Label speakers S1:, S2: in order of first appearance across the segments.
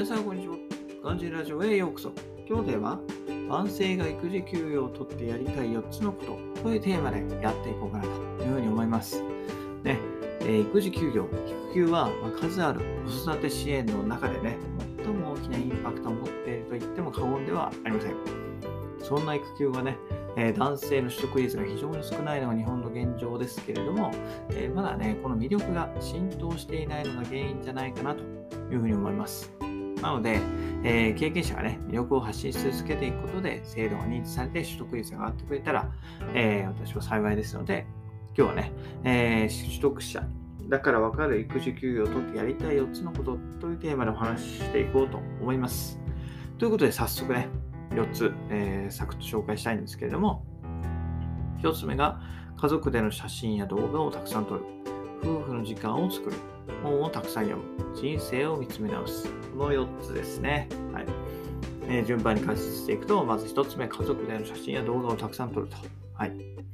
S1: 皆さんこんにちは。ガンジーラジオへようこそ。今日のテーマ、男性が育児休業を取ってやりたい4つのことというテーマでやっていこうかなというふうに思います。ね、育児休業、育休は、数ある子育て支援の中でね、最も大きなインパクトを持っていると言っても過言ではありません。そんな育休がね、男性の取得率が非常に少ないのが日本の現状ですけれども、まだね、この魅力が浸透していないのが原因じゃないかなというふうに思います。なので、経験者がね、魅力を発信し続けていくことで制度が認知されて取得率が上がってくれたら、私は幸いですので、今日はね、取得者だから分かる育児休業を取ってやりたい4つのことというテーマでお話ししていこうと思います。ということで早速ね、4つ、サクッと紹介したいんですけれども、1つ目が家族での写真や動画をたくさん撮る、夫婦の時間を作る、本をたくさん読む、人生を見つめ直す、この4つですね。はい。順番に解説していくと、まず1つ目、家族での写真や動画をたくさん撮ると。はい。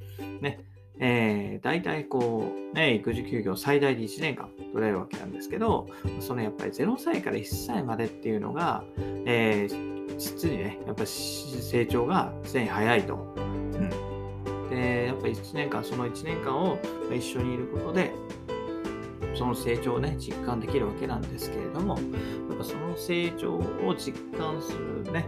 S1: ね。大体育児休業最大で1年間取れるわけなんですけど、そのやっぱり0歳から1歳までっていうのが、実にね、やっぱり成長が常に早いと。で、やっぱりその1年間を一緒にいることで、その成長をね、実感できるわけなんですけれども、やっぱその成長を実感するね、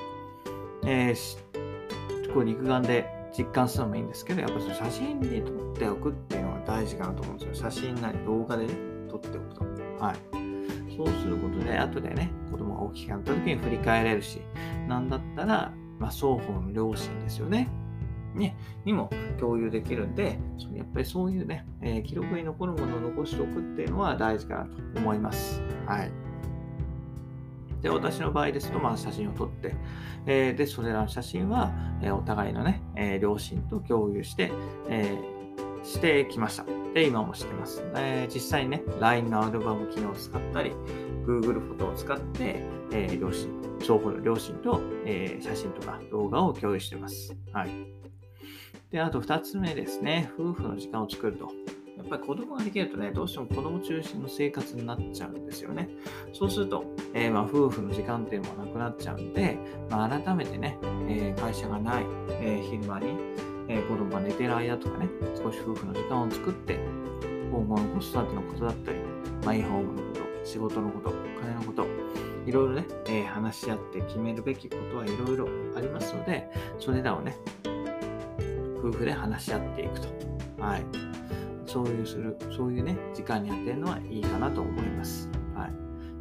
S1: 肉眼で実感するのもいいんですけど、やっぱその写真に撮っておくっていうのが大事かなと思うんですよ。写真なり動画でね、撮っておくと。はい。そうすることで、後でね、子供が大きくなった時に振り返れるし、なんだったら、双方の両親ですよね。にも共有できるんで、やっぱりそういうね、記録に残るものを残しておくっていうのは大事かなと思います。はい。で、私の場合ですと、写真を撮って、で、それらの写真は、お互いのね、両親と共有して、してきました。で、今もしてます。実際にね、LINE のアルバム機能を使ったり、Google フォトを使って、双方の両親と、写真とか動画を共有しています。はい。で、あと2つ目ですね。夫婦の時間を作ると。やっぱり子供ができるとね、どうしても子供中心の生活になっちゃうんですよね。そうすると、夫婦の時間っていうのもなくなっちゃうんで、改めてね、会社がない、昼間に、子供が寝てる間とかね、少し夫婦の時間を作って、今後の子育てのことだったり、マイホームのこと、仕事のこと、お金のこと、いろいろね、話し合って決めるべきことはいろいろありますので、それらをね、夫婦で話し合っていくと。はい。そういうね、時間に当てるのはいいかなと思います。はい。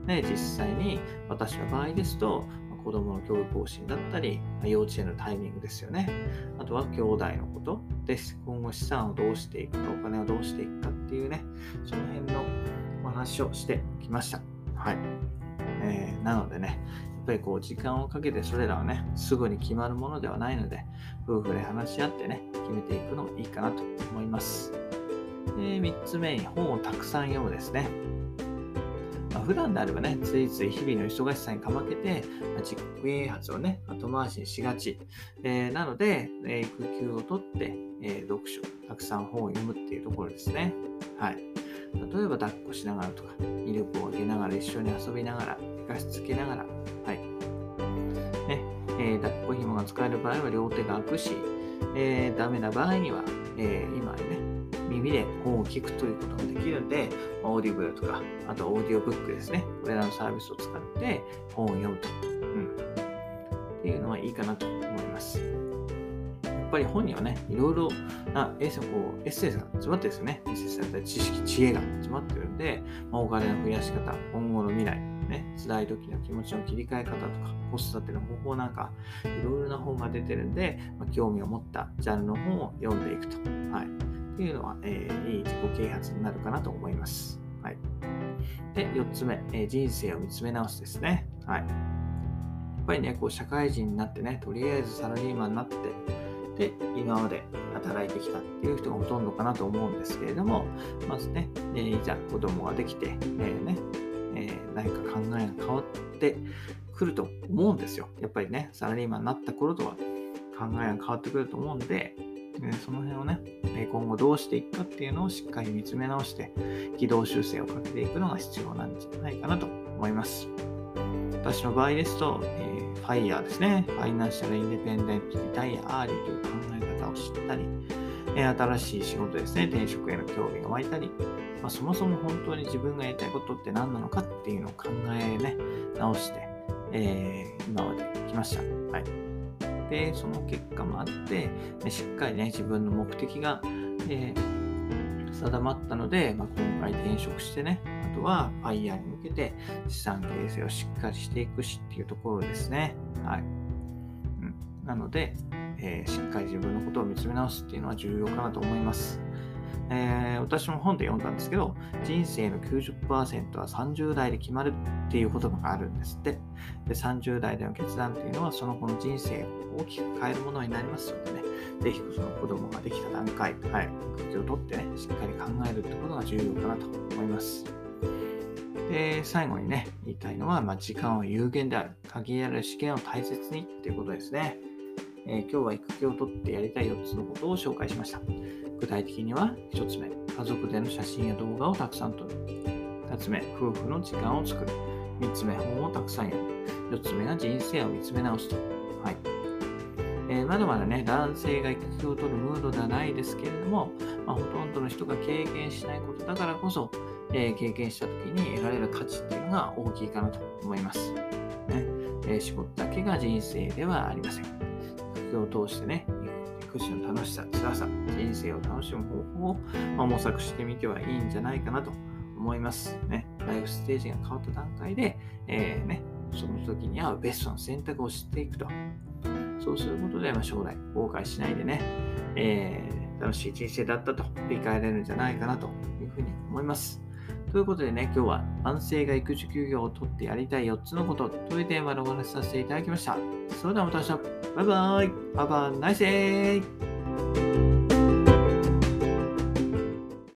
S1: で、実際に私の場合ですと、子供の教育方針だったり、幼稚園のタイミングですよね。あとは兄弟のことです。今後資産をどうしていくか、お金をどうしていくかっていうね、その辺のお話をしてきました。はい。なのでね、やっぱり時間をかけてそれらはね、すぐに決まるものではないので、夫婦で話し合ってね、決めていくのもいいかなと思います。で、3つ目に本をたくさん読むですね。普段であればね、ついつい日々の忙しさにかまけて、自己啓発をね、後回しにしがち。なので、育休を取って、読書、たくさん本を読むっていうところですね。はい。例えば抱っこしながらとか、ミルクをあげながら一緒に遊びながら、寝かしつけながら、はい。ね、抱っこ紐が使える場合は両手が空くし、ダメな場合には、今ね、耳で本を聞くということができるので、オーディブルとか、あとオーディオブックですね。これらのサービスを使って本を読むと。っていうのはいいかなと思います。やっぱり本にはね、いろいろなエッセイが詰まってるんですよね。エッセイだったり知識、知恵が詰まってるんで、お金の増やし方、今後の未来、ね、辛い時の気持ちの切り替え方とか、子育ての方法なんか、いろいろな本が出てるんで、興味を持ったジャンルの本を読んでいくと。はい。っていうのは、いい自己啓発になるかなと思います。はい。で、4つ目、人生を見つめ直すですね。はい。やっぱりね、社会人になってね、とりあえずサラリーマンになって、で、今まで働いてきたっていう人がほとんどかなと思うんですけれども、まずね、いざ子供ができて、何か考えが変わってくると思うんですよ。やっぱりね、サラリーマンになった頃とは考えが変わってくると思うんで、その辺をね、今後どうしていくかっていうのをしっかり見つめ直して、軌道修正をかけていくのが必要なんじゃないかなと思います。 私の場合ですと、FIRE ですね。ファイナンシャルインディペンデントリタイアアーリーという考え方を知ったり、新しい仕事ですね、転職への興味が湧いたり、そもそも本当に自分がやりたいことって何なのかっていうのを考え直して、今まで来ました。はい。で、その結果もあって、しっかりね、自分の目的が、定まったので、今回転職してね、あとは FIRE に向けて資産形成をしっかりしていくしっていうところですね。はい。なので、しっかり自分のことを見つめ直すっていうのは重要かなと思います。私も本で読んだんですけど、人生の 90% は30代で決まるっていう言葉があるんですって。で、30代での決断っていうのはその後の人生を大きく変えるものになりますのでね、ぜひその子供ができた段階、育児をとってね、しっかり考えるってことが重要かなと思います。で、最後にね、言いたいのは、時間は有限である。限られる資源を大切にっていうことですね。今日は育休を取ってやりたい4つのことを紹介しました。具体的には1つ目、家族での写真や動画をたくさん撮る。2つ目、夫婦の時間を作る。3つ目、本をたくさん読む。4つ目が人生を見つめ直すと。はい。まだまだね、男性が育休を取るムードではないですけれども、ほとんどの人が経験しないことだからこそ、経験した時に得られる価値っていうのが大きいかなと思います。ね、仕事だけが人生ではありません。育休を通してね、育児の楽しさ、辛さ、人生を楽しむ方法を、模索してみてはいいんじゃないかなと思いますね。ライフステージが変わった段階で、その時に合うベストの選択をしていくと。そうすることで、将来後悔しないでね、楽しい人生だったと振り返れるんじゃないかなというふうに思います。ということでね、今日は男性が育児休業を取ってやりたい4つのことというテーマでお話しさせていただきました。それではまた明日。バイバイ。Have a nice day.